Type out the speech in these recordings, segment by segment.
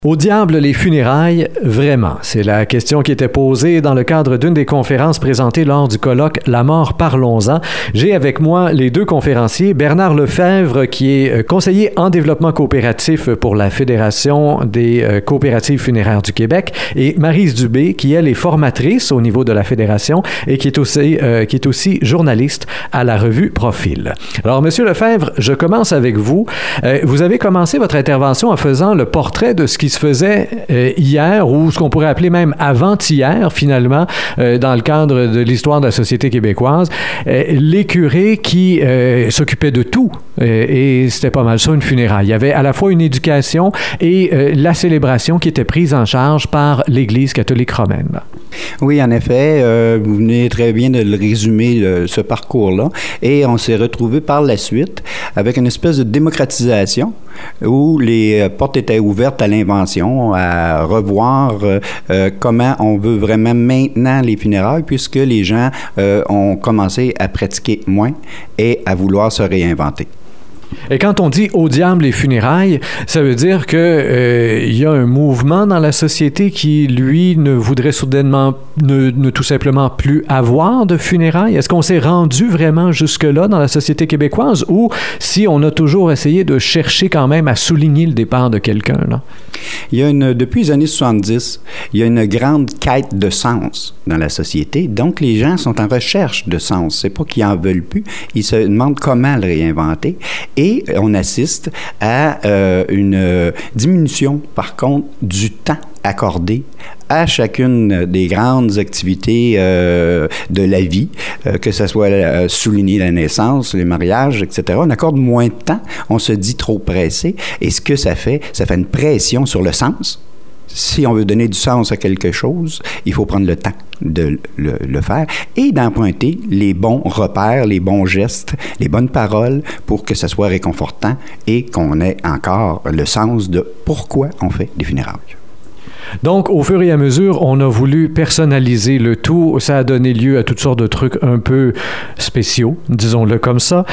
Au diable les funérailles, vraiment? C'est la question qui était posée dans le cadre d'une des conférences présentées lors du colloque La mort, parlons-en. J'ai avec moi les deux conférenciers, Bernard Lefebvre, qui est conseiller en développement coopératif pour la Fédération des coopératives funéraires du Québec, et Maryse Dubé, qui elle est formatrice au niveau de la Fédération et qui est aussi journaliste à la revue Profil. Alors, Monsieur Lefebvre, je commence avec vous. Vous avez commencé votre intervention en faisant le portrait de ce qui se faisait hier, ou ce qu'on pourrait appeler même avant-hier, finalement, dans le cadre de l'histoire de la société québécoise. Les curés qui s'occupaient de tout, et c'était pas mal ça, une funéraille. Il y avait à la fois une éducation et la célébration qui était prise en charge par l'Église catholique romaine. Oui, en effet, vous venez très bien de le résumer, ce parcours-là, et on s'est retrouvé par la suite avec une espèce de démocratisation où les portes étaient ouvertes à l'invention, à revoir comment on veut vraiment maintenant les funérailles, puisque les gens ont commencé à pratiquer moins et à vouloir se réinventer. Et quand on dit « au diable les funérailles », ça veut dire que y a un mouvement dans la société qui, lui, ne voudrait soudainement ne tout simplement plus avoir de funérailles? Est-ce qu'on s'est rendu vraiment jusque-là dans la société québécoise, ou si on a toujours essayé de chercher quand même à souligner le départ de quelqu'un, là? Il y a depuis les années 70, il y a une grande quête de sens dans la société. Donc, les gens sont en recherche de sens. C'est pas qu'ils en veulent plus. Ils se demandent comment le réinventer. Et on assiste à une diminution, par contre, du temps accordé à chacune des grandes activités de la vie, que ce soit souligner la naissance, les mariages, etc. On accorde moins de temps, on se dit trop pressé, et ce que ça fait une pression sur le sens. Si on veut donner du sens à quelque chose, il faut prendre le temps de le faire et d'emprunter les bons repères, les bons gestes, les bonnes paroles pour que ça soit réconfortant et qu'on ait encore le sens de pourquoi on fait des funérailles. Donc, au fur et à mesure, on a voulu personnaliser le tout. Ça a donné lieu à toutes sortes de trucs un peu spéciaux, disons-le comme ça.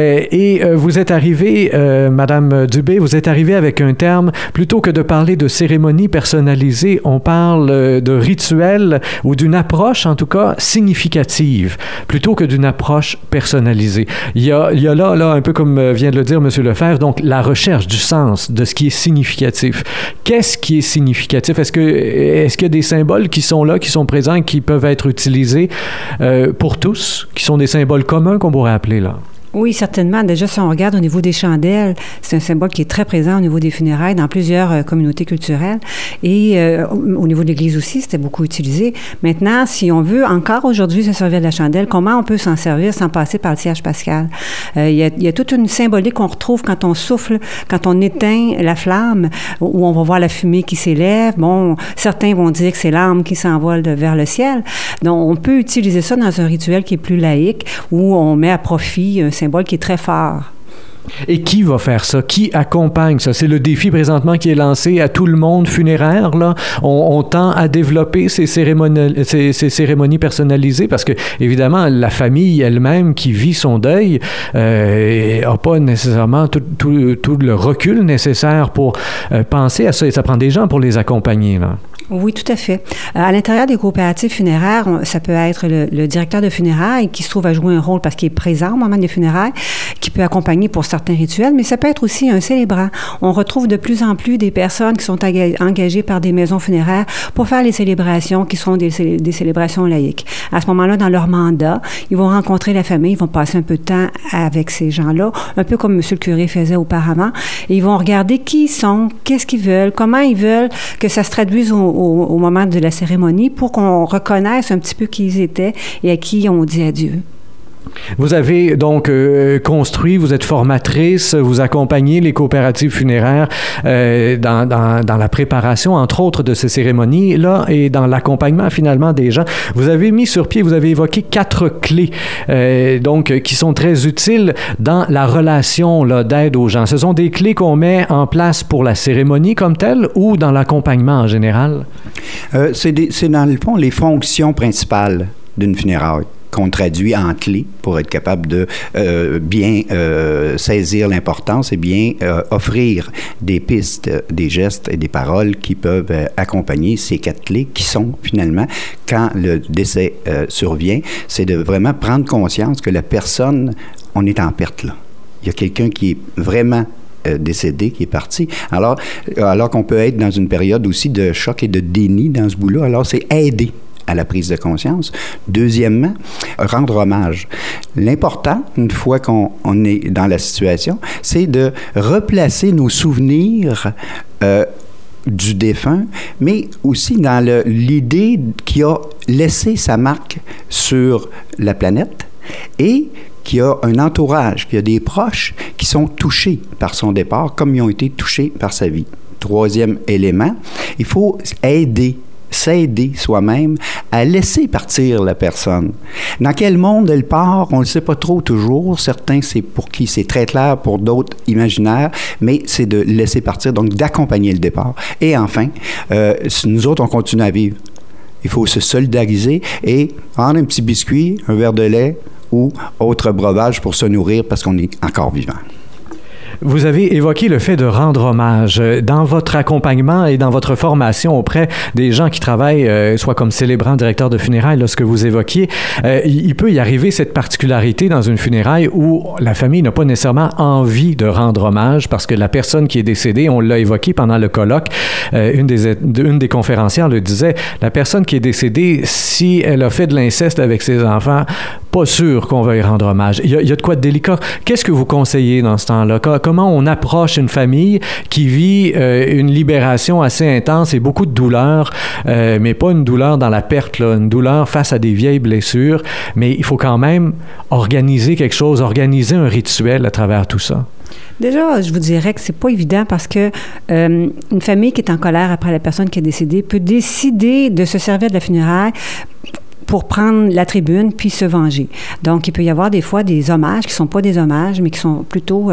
Et vous êtes arrivé, Madame Dubé, vous êtes arrivé avec un terme, plutôt que de parler de cérémonie personnalisée, on parle de rituel ou d'une approche, en tout cas, significative, plutôt que d'une approche personnalisée. Il y a là, un peu comme vient de le dire M. Lefebvre, donc la recherche du sens, de ce qui est significatif. Qu'est-ce qui est significatif? Est-ce qu'il y a des symboles qui sont là, qui sont présents et qui peuvent être utilisés pour tous, qui sont des symboles communs qu'on pourrait appeler là? Oui, certainement. Déjà, si on regarde au niveau des chandelles, c'est un symbole qui est très présent au niveau des funérailles dans plusieurs communautés culturelles. Et au niveau de l'Église aussi, c'était beaucoup utilisé. Maintenant, si on veut encore aujourd'hui se servir de la chandelle, comment on peut s'en servir sans passer par le cierge pascal? Il y a toute une symbolique qu'on retrouve quand on souffle, quand on éteint la flamme, où on va voir la fumée qui s'élève. Bon, certains vont dire que c'est l'âme qui s'envole vers le ciel. Donc, on peut utiliser ça dans un rituel qui est plus laïque, où on met à profit un symbole qui est très fort. Et qui va faire ça? Qui accompagne ça? C'est le défi présentement qui est lancé à tout le monde funéraire, là. On tend à développer ces cérémonies personnalisées parce que, évidemment, la famille elle-même qui vit son deuil n'a pas nécessairement tout le recul nécessaire pour penser à ça. Et ça prend des gens pour les accompagner, là. Oui, tout à fait. À l'intérieur des coopératives funéraires, ça peut être le directeur de funérailles qui se trouve à jouer un rôle parce qu'il est présent au moment des funérailles, qui peut accompagner pour certains rituels, mais ça peut être aussi un célébrant. On retrouve de plus en plus des personnes qui sont engagées par des maisons funéraires pour faire les célébrations qui sont des célébrations laïques. À ce moment-là, dans leur mandat, ils vont rencontrer la famille, ils vont passer un peu de temps avec ces gens-là, un peu comme M. le curé faisait auparavant, et ils vont regarder qui ils sont, qu'est-ce qu'ils veulent, comment ils veulent que ça se traduise au moment de la cérémonie pour qu'on reconnaisse un petit peu qui ils étaient et à qui on dit adieu. Vous avez donc construit, vous êtes formatrice, vous accompagnez les coopératives funéraires dans la préparation, entre autres, de ces cérémonies-là et dans l'accompagnement, finalement, des gens. Vous avez mis sur pied, vous avez évoqué 4 clés, donc, qui sont très utiles dans la relation là, d'aide aux gens. Ce sont des clés qu'on met en place pour la cérémonie comme telle ou dans l'accompagnement en général? C'est dans le fond les fonctions principales d'une funéraille. qu'on traduit en clés pour être capable de bien saisir l'importance et bien offrir des pistes, des gestes et des paroles qui peuvent accompagner ces 4 clés qui sont finalement, quand le décès survient, c'est de vraiment prendre conscience que la personne, on est en perte là. Il y a quelqu'un qui est vraiment décédé, qui est parti. Alors qu'on peut être dans une période aussi de choc et de déni dans ce bout-là, alors c'est aider à la prise de conscience. Deuxièmement, rendre hommage. L'important, une fois qu'on est dans la situation, c'est de replacer nos souvenirs du défunt, mais aussi dans l'idée qui a laissé sa marque sur la planète et qui a un entourage, qui a des proches qui sont touchés par son départ, comme ils ont été touchés par sa vie. Troisième élément, il faut s'aider soi-même à laisser partir la personne. Dans quel monde elle part, on ne le sait pas trop toujours. Certains, c'est pour qui c'est très clair, pour d'autres, imaginaire, mais c'est de laisser partir, donc d'accompagner le départ. Et enfin, nous autres, on continue à vivre. Il faut se solidariser et prendre un petit biscuit, un verre de lait ou autre breuvage pour se nourrir parce qu'on est encore vivant. Vous avez évoqué le fait de rendre hommage. Dans votre accompagnement et dans votre formation auprès des gens qui travaillent, soit comme célébrant, directeur de funérailles, là, ce que vous évoquiez, il peut y arriver cette particularité dans une funéraille où la famille n'a pas nécessairement envie de rendre hommage parce que la personne qui est décédée, on l'a évoqué pendant le colloque, une des conférencières le disait, la personne qui est décédée, si elle a fait de l'inceste avec ses enfants, pas sûr qu'on va y rendre hommage. Il y a de quoi de délicat. Qu'est-ce que vous conseillez dans ce temps-là? Comment on approche une famille qui vit une libération assez intense et beaucoup de douleur, mais pas une douleur dans la perte, là, une douleur face à des vieilles blessures, mais il faut quand même organiser quelque chose, organiser un rituel à travers tout ça. Déjà, je vous dirais que c'est pas évident parce que une famille qui est en colère après la personne qui est décédée peut décider de se servir de la funéraille pour prendre la tribune puis se venger. Donc, il peut y avoir des fois des hommages qui ne sont pas des hommages, mais qui sont plutôt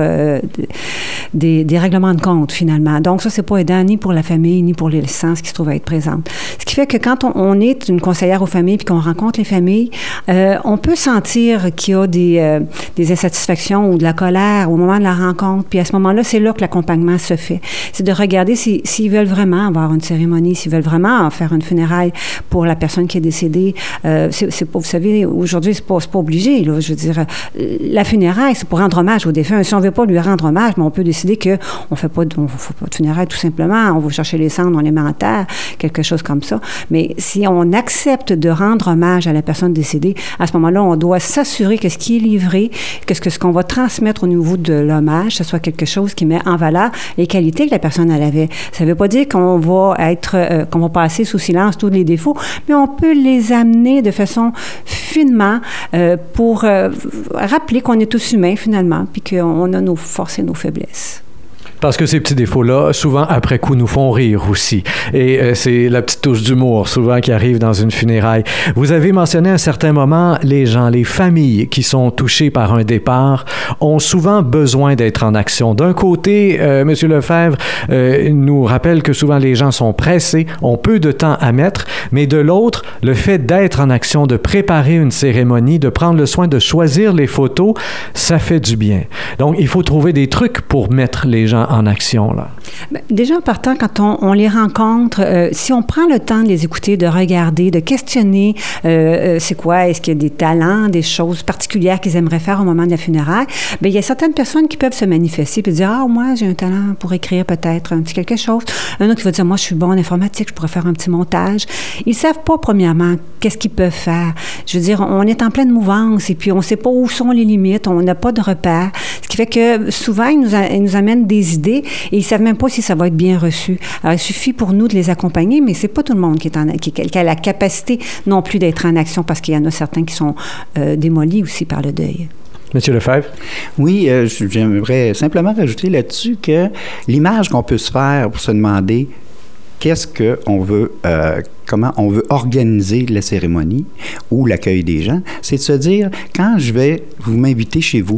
des règlements de compte, finalement. Donc, ça, c'est pas aidant ni pour la famille, ni pour les licences qui se trouvent à être présentes. Ce qui fait que quand on est une conseillère aux familles puis qu'on rencontre les familles, on peut sentir qu'il y a des insatisfactions ou de la colère au moment de la rencontre. Puis à ce moment-là, c'est là que l'accompagnement se fait. C'est de regarder s'ils veulent vraiment avoir une cérémonie, s'ils veulent vraiment faire une funéraille pour la personne qui est décédée. C'est pas, vous savez, aujourd'hui, c'est pas obligé, là. Je veux dire, la funéraille, c'est pour rendre hommage au défunt. Si on veut pas lui rendre hommage, mais on peut décider qu'on fait pas de funérailles, tout simplement. On va chercher les cendres, on les met en terre, quelque chose comme ça. Mais si on accepte de rendre hommage à la personne décédée, à ce moment-là, on doit s'assurer que ce qui est livré, que ce qu'on va transmettre au niveau de l'hommage, ce soit quelque chose qui met en valeur les qualités que la personne elle avait. Ça veut pas dire qu'on va qu'on va passer sous silence tous les défauts, mais on peut les amener de façon finement pour rappeler qu'on est tous humains finalement, puis qu'on a nos forces et nos faiblesses. Parce que ces petits défauts-là, souvent, après coup, nous font rire aussi. Et c'est la petite touche d'humour, souvent, qui arrive dans une funéraille. Vous avez mentionné à un certain moment, les familles qui sont touchées par un départ ont souvent besoin d'être en action. D'un côté, M. Lefebvre nous rappelle que souvent les gens sont pressés, ont peu de temps à mettre, mais de l'autre, le fait d'être en action, de préparer une cérémonie, de prendre le soin de choisir les photos, ça fait du bien. Donc, il faut trouver des trucs pour mettre les gens en action, là? Déjà, en partant, quand on les rencontre, si on prend le temps de les écouter, de regarder, de questionner, c'est quoi? Est-ce qu'il y a des talents, des choses particulières qu'ils aimeraient faire au moment de la funéraille? Bien, il y a certaines personnes qui peuvent se manifester et dire « Ah, moi, j'ai un talent pour écrire peut-être un petit quelque chose. » Un autre qui va dire « Moi, je suis bon en informatique, je pourrais faire un petit montage. » Ils ne savent pas, premièrement, qu'est-ce qu'ils peuvent faire. Je veux dire, on est en pleine mouvance et puis on ne sait pas où sont les limites, on n'a pas de repères. Ce qui fait que souvent, ils nous amènent des idées et ils ne savent même pas si ça va être bien reçu. Alors, il suffit pour nous de les accompagner, mais c'est pas tout le monde qui a la capacité non plus d'être en action parce qu'il y en a certains qui sont démolis aussi par le deuil. Monsieur Lefebvre? Oui, j'aimerais simplement rajouter là-dessus que l'image qu'on peut se faire pour se demander qu'est-ce qu'on veut, comment on veut organiser la cérémonie ou l'accueil des gens, c'est de se dire, quand je vais vous m'inviter chez vous,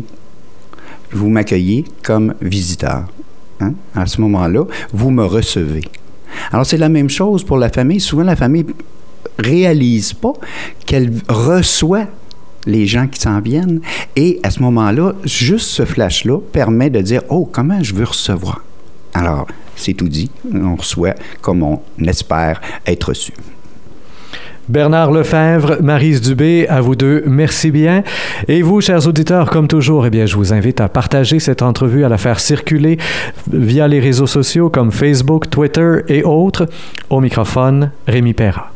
vous m'accueillez comme visiteur. Hein? À ce moment-là, vous me recevez. Alors, c'est la même chose pour la famille. Souvent, la famille réalise pas qu'elle reçoit les gens qui s'en viennent. Et à ce moment-là, juste ce flash-là permet de dire, oh, comment je veux recevoir? Alors, c'est tout dit. On reçoit comme on espère être reçu. Bernard Lefebvre, Maryse Dubé, à vous deux, merci bien. Et vous, chers auditeurs, comme toujours, eh bien, je vous invite à partager cette entrevue, à la faire circuler via les réseaux sociaux comme Facebook, Twitter et autres. Au microphone, Rémi Perra.